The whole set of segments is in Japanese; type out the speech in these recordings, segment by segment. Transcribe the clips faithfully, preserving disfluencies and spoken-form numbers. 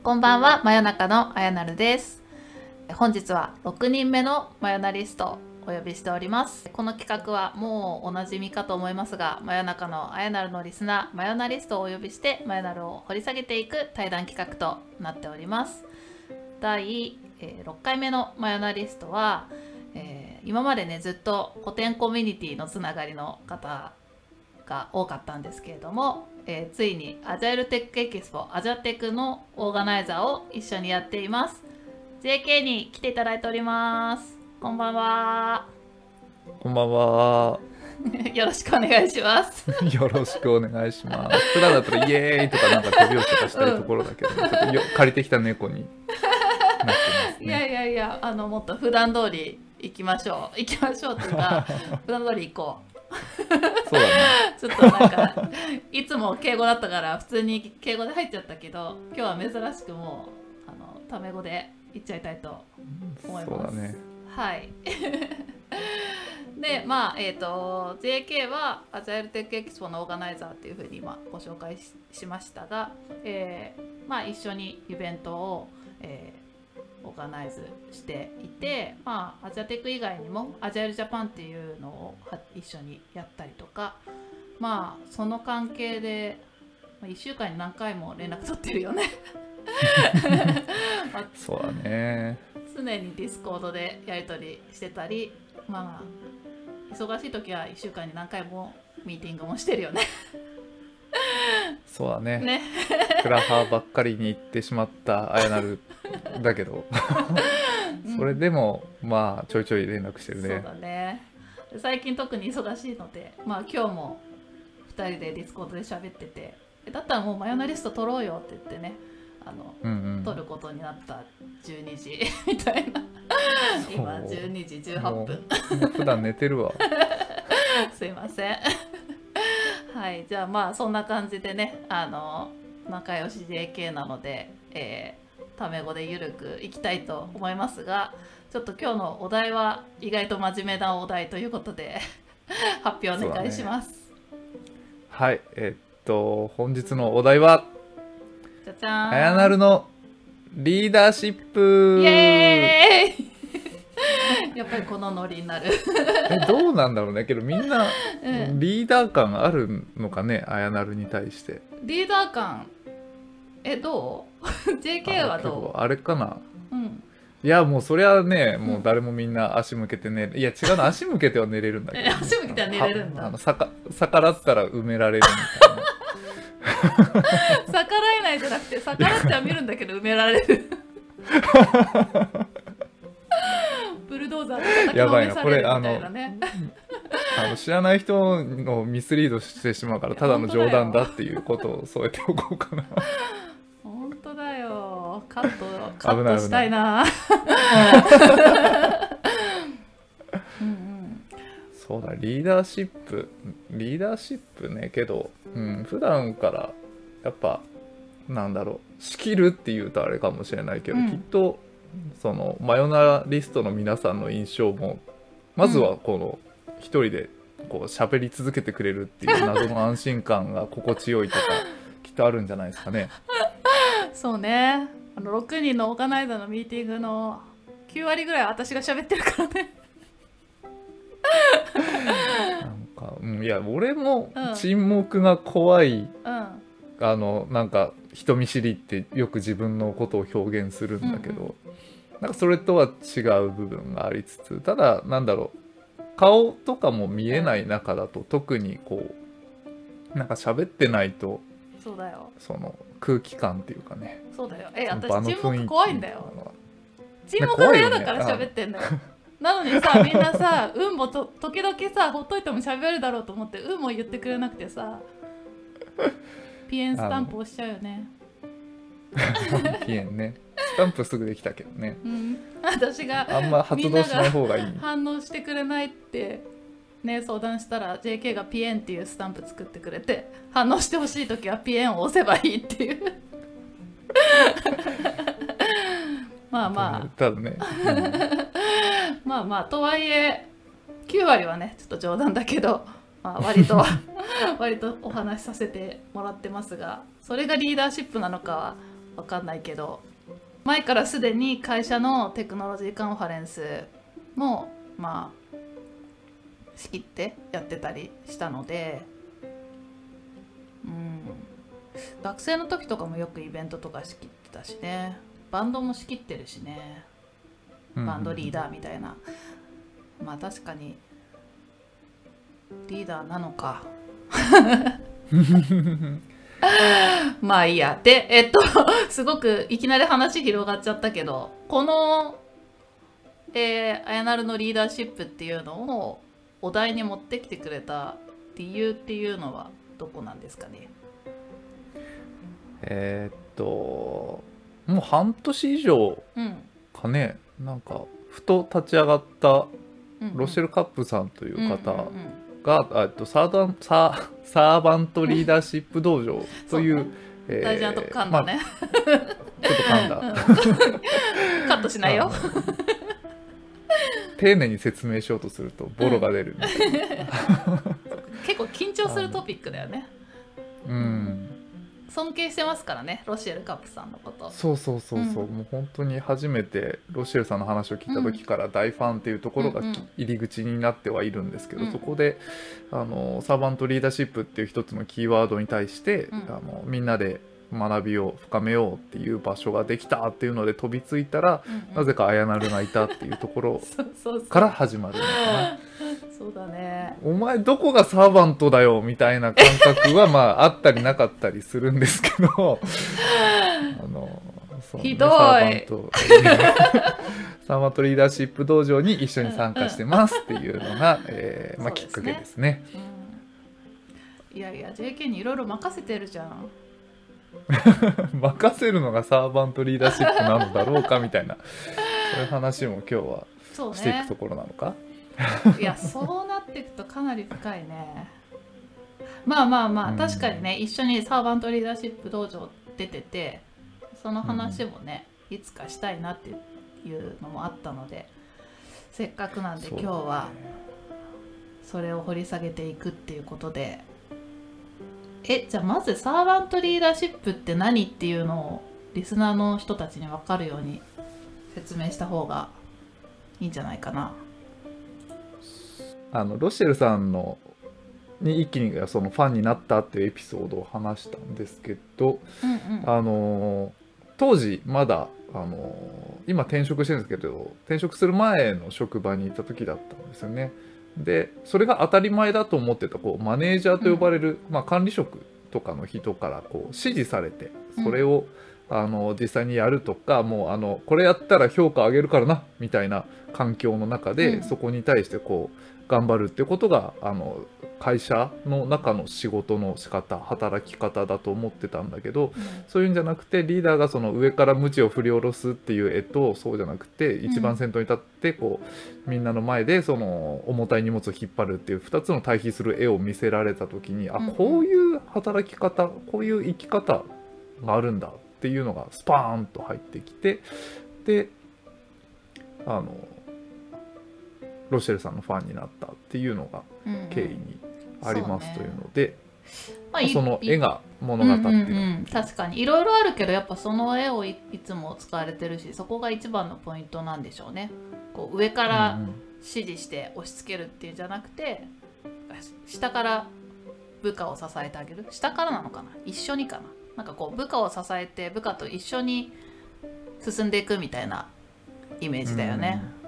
こんばんは、真夜中のあやなるです。本日はろくにんめの真夜なリストをお呼びしております。この企画はもうおなじみかと思いますが、真夜中のあやなるのリスナー、真夜なリストをお呼びして真夜なるを掘り下げていく対談企画となっております。だいろっかいめの真夜なリストは、えー、今までねずっと古典コミュニティのつながりの方が多かったんですけれども、えー、ついにアジャイルテックエキスポアジャテクのオーガナイザーを一緒にやっています。 ジェーケー に来ていただいております。こんばんは。 こんばんは。 よろしくお願いします。 よろしくお願いします。普段だったらイエーイとかなんか手拍子とかしたいところだけど、うん、ちょっとよ借りてきた猫になってますね。 いやいやいや、あのもっと普段通り行きましょう行きましょうっていうか普段通り行こう。 そうだね。 ちょっとなんかいつも敬語だったから普通に敬語で入っちゃったけど、今日は珍しくもうあのタメ語で言っちゃいたいと思います。 そうだね。 はいでまあえっ、ー、と ジェーケー はアジャイルテックエキスポのオーガナイザーっていうふうに今ご紹介 し, しましたが、えー、まあ一緒にイベントを、えーオーガナイズしていて、まあ、アジャテック以外にもアジャイルジャパンっていうのを一緒にやったりとか、まあその関係でいっしゅうかんに何回も連絡取ってるよねまあ、 そうだね。 常にディスコードでやり取りしてたり、まあ忙しい時はいっしゅうかんに何回もミーティングもしてるよねそうだね。 ねクラハばっかりに行ってしまったあやなるだけどそれでもまあちょいちょい連絡してるね。 そうだね。最近特に忙しいので、まあ今日もふたりでディスコードで喋ってて、だったらもうマヨナリスト撮ろうよって言ってね、あの、うんうん、撮ることになったじゅうにじみたいな今じゅうにじじゅうはっぷん普段寝てるわすいませんはい、じゃあまあそんな感じでね、あの仲良し ジェーケー なので、えー、タメ語でゆるくいきたいと思いますが、ちょっと今日のお題は意外と真面目なお題ということで発表お願いします。ね、 はい、えー、っと本日のお題はじゃじゃーん、 あやなるのリーダーシップ。 イエーイやっぱりこのノリになるえどうなんだろうね。けどみんなリーダー感あるのかね、あやなるに対して。 リーダー感えどうジェーケー はどうあ, あれかな、 うん、 いやもうそれはね、もう誰もみんな足向けてね、いや違うな、足向けては寝れるんだけど、 足向けては寝れるんだ。 あの逆逆らったら埋められるみたいな逆らえないじゃなくて逆らっては見るんだけど埋められるブルドーザーで叩きのめされるみたいなね。 あの知らない人をミスリードしてしまうから、ただの冗談だっていうことを添えておこうかな本当だよ、カットカットしたいなうん、うん、 そうだ、リーダーシップリーダーシップね。けど、うん、普段からやっぱなんだろう、仕切るっていうとあれかもしれないけど、うん、きっとそのマヨナリストの皆さんの印象もまずはこの一人でこう喋り続けてくれるっていう謎の安心感が心地よいとかきっとあるんじゃないですかね。 そうね、あのろくにんのオーガナイザーのミーティングのきゅうわりぐらいは私が喋ってるからねなんか、うん、いや俺も沈黙が怖い、うん、あのなんか人見知りってよく自分のことを表現するんだけど、うんうん、なんかそれとは違う部分がありつつ、ただなんだろう、顔とかも見えない中だと特にこうなんか喋ってないと、 そうだよ、 その空気感っていうかね。 そうだよ、え私沈黙怖いんだよ。沈黙が嫌だから喋ってんだよなのにさ、みんなさ運もと時々さほっといても喋るだろうと思って運も言ってくれなくてさピエンスタンプ押しちゃうよねピエンね、スタンプすぐできたけどね、 うん、私があんま発動しない方がいい。 反応してくれないってね相談したら ジェーケー がピエンっていうスタンプ作ってくれて、反応してほしい時はピエンを押せばいいっていうまあまあただね、うん、 まあまあとはいえきゅうわりはねちょっと冗談だけど、まあ、割と割とお話しさせてもらってますが、それがリーダーシップなのかはわかんないけど、前からすでに会社のテクノロジーカンファレンスもまあ仕切ってやってたりしたので、うん、学生の時とかもよくイベントとか仕切ってたしね。バンドも仕切ってるしね、バンドリーダーみたいな。まあ確かにリーダーなのかまあいいや。で、えっとすごくいきなり話広がっちゃったけど、この、えー、あやなるのリーダーシップっていうのをお題に持ってきてくれた理由っていうのはどこなんですかね。 えーっともう半年以上うんかね、なんかふと立ち上がったうんうんロシェル・カップさんという方うんうんうんが、えっとサーダンサーサーバントリーダーシップ道場という、 そうねえー大事なとこ噛んだね、 まあ、ちょっと噛んだ、 うんカットしないよ。 あの丁寧に説明しようとするとボロが出るみたいな、 結構緊張するトピックだよね。 うん尊敬してますからね、ロシエル・カップさんのこと。 そうそうそうそう、 うんもう本当に初めてロシエルさんの話を聞いた時から大ファンっていうところがうんうん入り口になってはいるんですけど、 うんそこであのサーバントリーダーシップっていう一つのキーワードに対して、 うんあのみんなで学びを深めようっていう場所ができたっていうので飛びついたら、 うんうんなぜかあやなるがいたっていうところそうそうそうから始まるのかな。 そうだね。 お前どこがサーバントだよみたいな感覚はまああったりなかったりするんですけどあのそうねひどいサーバントサーバントリーダーシップ道場に一緒に参加してますっていうのが、えーまあ、きっかけですね。 うん、いやいや ジェーケー にいろいろ任せてるじゃん。 任せるのがサーバントリーダーシップなのだろうかみたいなそういう話も今日はそうしていくねところなのか。 いやそうなっていくとかなり深いね。まあまあまあ、 うん確かにね、一緒にサーバントリーダーシップ道場出てて、その話もね、いつかしたいなっていうのもあったので、せっかくなんで今日はそれを掘り下げていくっていうことで、えじゃあまずサーバントリーダーシップって何っていうのをリスナーの人たちに分かるように説明した方がいいんじゃないかな。 あのロシェルさんのに一気にそのファンになったっていうエピソードを話したんですけど、 うんうんあの当時まだあの今転職してるんですけど、転職する前の職場にいた時だったんですよね。でそれが当たり前だと思ってたこうマネージャーと呼ばれる、まあ、管理職とかの人からこう指示されてそれを、あの実際にやるとか、もうあのこれやったら評価上げるからなみたいな環境の中で、 うん、 そこに対してこう頑張るってことがあの会社の中の仕事の仕方働き方だと思ってたんだけど、そういうんじゃなくてリーダーがその上から鞭を振り下ろすっていう絵と、そうじゃなくて一番先頭に立ってこうみんなの前でその重たい荷物を引っ張るっていうふたつの対比する絵を見せられた時に、あこういう働き方こういう生き方があるんだっていうのがスパーンと入ってきて、であのロシェルさんのファンになったっていうのが経緯にありますというので、 まあ、 その絵が物語ってる、 うんうんうん、確かにいろいろあるけどやっぱその絵を い, いつも使われてるし、そこが一番のポイントなんでしょうね。こう上から指示して押し付けるっていうんじゃなくて、下から部下を支えてあげる。下からなのかな、一緒にかな、なんかこう部下を支えて部下と一緒に進んでいくみたいなイメージだよね。 うん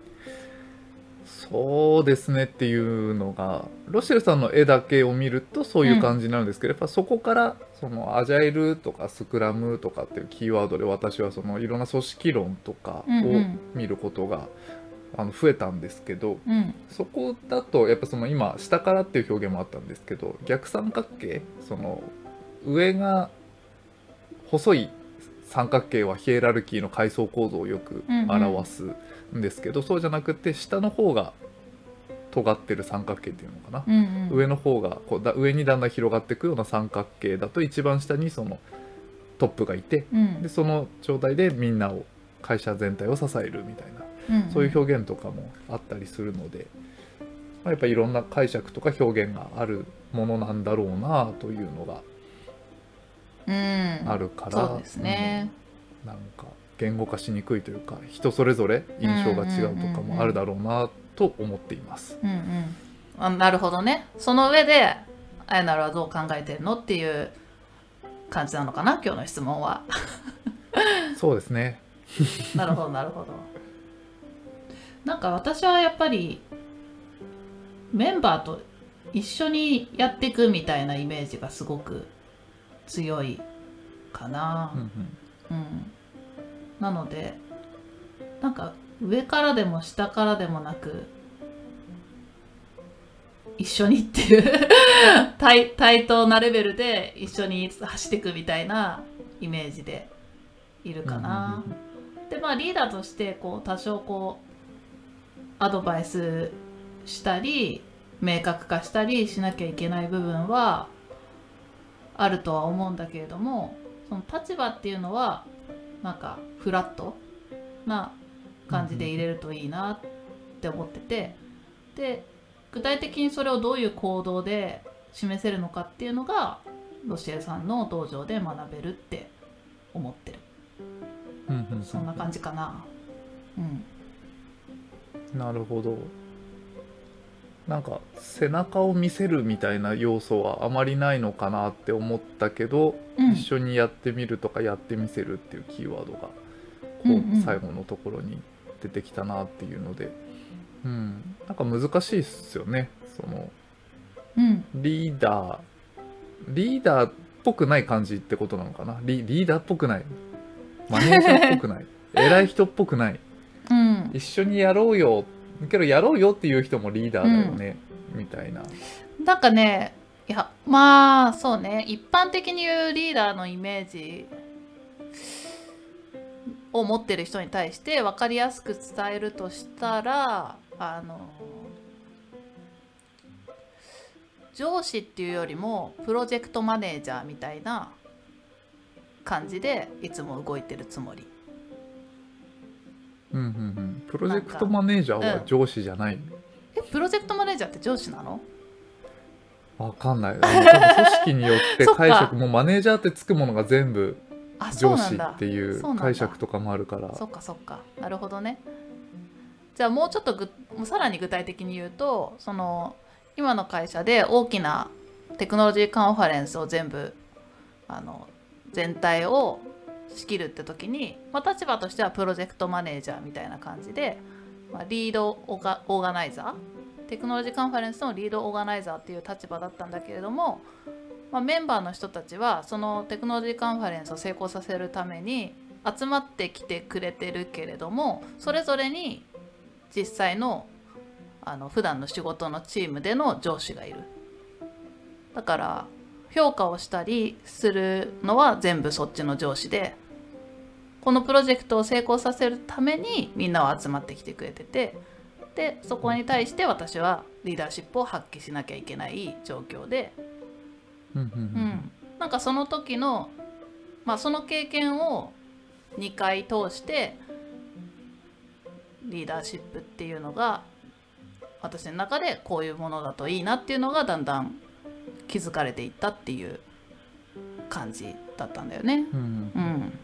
そうですねっていうのがロシェルさんの絵だけを見るとそういう感じになるんですけど、うん、やっぱそこからそのアジャイルとかスクラムとかっていうキーワードで私はそのいろんな組織論とかを見ることが、うんうん、あの増えたんですけど、 うん、 そこだとやっぱその今下からっていう表現もあったんですけど、逆三角形、その上が細い三角形はヒエラルキーの階層構造をよく表すんですけど、うんうん、そうじゃなくて下の方が尖ってる三角形っていうのかな、 うんうん、 上の方がこうだ上にだんだん広がっていくような三角形だと一番下にそのトップがいて、 うん、 でその状態でみんなを会社全体を支えるみたいな、うんうん、そういう表現とかもあったりするので、まあ、やっぱりいろんな解釈とか表現があるものなんだろうなというのがうんあるから、 そうですね、 うん、なんか言語化しにくいというか人それぞれ印象が違うとかもあるだろうなと思っています。 うんうん、あ、なるほどね。その上であやなるはどう考えてるのっていう感じなのかな、今日の質問は。 そうですね。 なるほどなるほど。なんか私はやっぱりメンバーと一緒にやっていくみたいなイメージがすごく強いかな。 うんうん、なのでなんか上からでも下からでもなく一緒にっていう対対等なレベルで一緒に走っていくみたいなイメージでいるかな。でまあリーダーとしてこう多少こうアドバイスしたり明確化したりしなきゃいけない部分はあるとは思うんだけれども、その立場っていうのはなんかフラットな感じで入れるといいなって思ってて、で具体的にそれをどういう行動で示せるのかっていうのがロシエルさんの道場で学べるって思ってる。 うんうん、 そんな感じかな。 うん、なるほど。なんか背中を見せるみたいな要素はあまりないのかなって思ったけど、うん、一緒にやってみるとかやってみせるっていうキーワードがこう、うんうん、最後のところに出てきたなっていうので、うん、なんか難しいっすよね。その、うん、リーダーリーダーっぽくない感じってことなのかな。 リ, リーダーっぽくない、マネージャーっぽくない偉い人っぽくない、うん、一緒にやろうよけどやろうよっていう人もリーダーだよね、うん、みたいな。 なんかね、いやまあそうね、一般的に言うリーダーのイメージを持ってる人に対して分かりやすく伝えるとしたら、あの上司っていうよりもプロジェクトマネージャーみたいな感じでいつも動いてるつもり。 うんうんうん、プロジェクトマネージャーは上司じゃない、うん、 えプロジェクトマネージャーって上司なの？ わかんない。あの多分組織によって解釈もマネージャーってつくものが全部上司っていう解釈とかもあるから。 そっかそっか、なるほどね。じゃあもうちょっとぐさらに具体的に言うと、その今の会社で大きなテクノロジーカンファレンスを全部あの全体を仕切るって時に、まあ、立場としてはプロジェクトマネージャーみたいな感じで、まあ、リードオーガ、オーガナイザー、テクノロジーカンファレンスのリードオーガナイザーっていう立場だったんだけれども、まあ、メンバーの人たちはそのテクノロジーカンファレンスを成功させるために集まってきてくれてるけれども、それぞれに実際のあの普段の仕事のチームでの上司がいる。だから評価をしたりするのは全部そっちの上司で、このプロジェクトを成功させるためにみんなは集まってきてくれてて、でそこに対して私はリーダーシップを発揮しなきゃいけない状況で、うん、なんかその時の、まあ、その経験をにかい通してリーダーシップっていうのが私の中でこういうものだといいなっていうのがだんだん気づかれていったっていう感じだったんだよね。うん、うん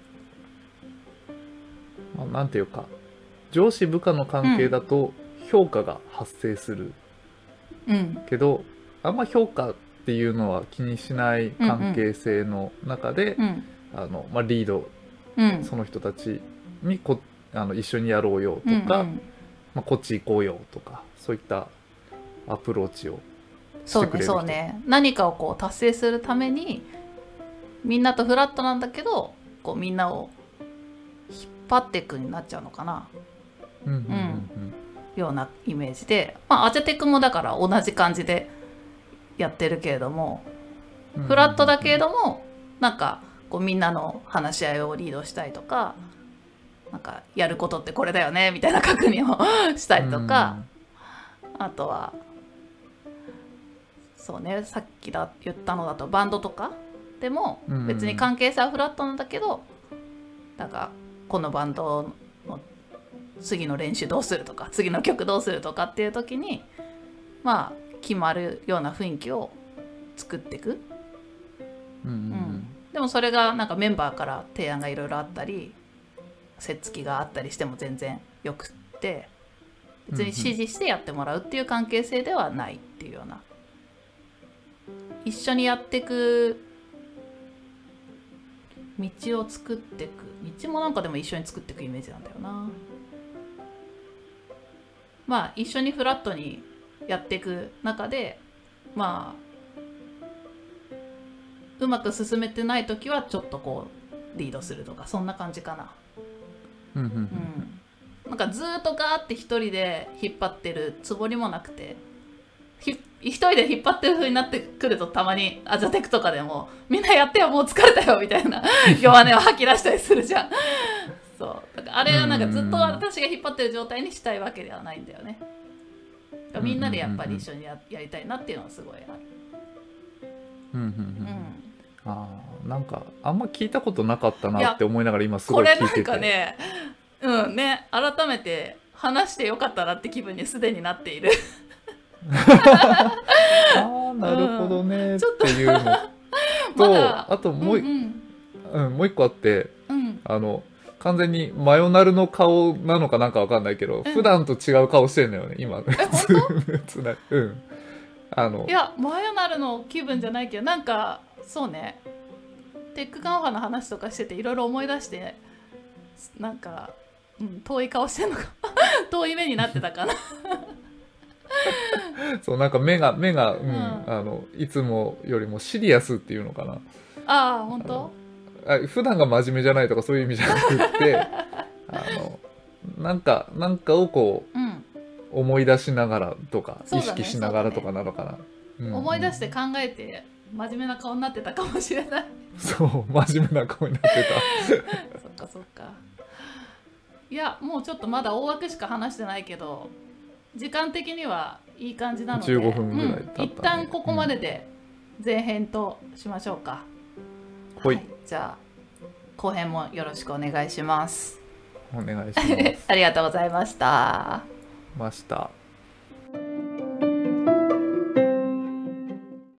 まあ、なんていうか上司部下の関係だと評価が発生する、うん、けどあんま評価っていうのは気にしない関係性の中で、うんうん、あのまあ、リード、うん、その人たちにこあの一緒にやろうよとか、うんうん、まあ、こっち行こうよとか、そういったアプローチをしてくれる人。 そうね、そうね。何かをこう達成するためにみんなとフラットなんだけど、こうみんなを引っ張っていくになっちゃうのかな、うんうんうんうん、ようなイメージで、まあ、アジャテクもだから同じ感じでやってるけれども、フラットだけれどもなんかこうみんなの話し合いをリードしたりとか、なんかやることってこれだよねみたいな確認をしたりとか、あとはそうね、さっきだ言ったのだとバンドとかでも別に関係性はフラットなんだけど、なんかこのバンドの次の練習どうするとか次の曲どうするとかっていう時にまあ決まるような雰囲気を作っていく、うんうんうん、 でもそれがなんかメンバーから提案がいろいろあったりせっつきがあったりしても全然よくって別に指示してやってもらうっていう関係性ではないっていうような、一緒にやっていく道を作っていく、道もなんかでも一緒に作っていくイメージなんだよな。まあ一緒にフラットにやっていく中でまあうまく進めてない時はちょっとこうリードするとかそんな感じかな。 うんうんうんうんなんかずっとガーって一人で引っ張ってるつもりもなくて、ひ一人で引っ張ってる風になってくるとたまにアジャテクとかでもみんなやってよもう疲れたよみたいな弱音を吐き出したりするじゃん。そうだからあれはなんかずっと私が引っ張ってる状態にしたいわけではないんだよね。みんなでやっぱり一緒に や, やりたいなっていうのはすごいある。 うんうんうんうんあーなんかあんま聞いたことなかったなって思いながら今すごい聞いてて、 これなんかねうんね改めて話してよかったなって気分にすでになっている。 ああなるほどねっていうのと、 まだあともう,、 うんうんうん、もう一個あってうんあの完全にマヨナルの顔なのかなんかわかんないけど、 うん普段と違う顔してんのよね今。 え本普通なうんあの当？いやマヨナルの気分じゃないけどなんかそうねテックカンファの話とかしてていろいろ思い出してなんか、うん、遠い顔してんのか遠い目になってたかな。 そうなんか目が目が、うんうんあのいつもよりもシリアスっていうのかな。 ああ本当？ あ普段が真面目じゃないとかそういう意味じゃなくってあのなんかなんかをこううん思い出しながらとか、 そうだね意識しながらとかなのかな、うんうん思い出して考えて真面目な顔になってたかもしれない。 そう真面目な顔になってそっかそっか。いやもうちょっとまだ大枠しか話してないけど時間的にはいい感じなのでじゅうごふんぐらい経ったねうん、一旦ここまでで前編としましょうか、 ほいじゃあ後編もよろしくお願いします。 たお願いしますありがとうございました。 ました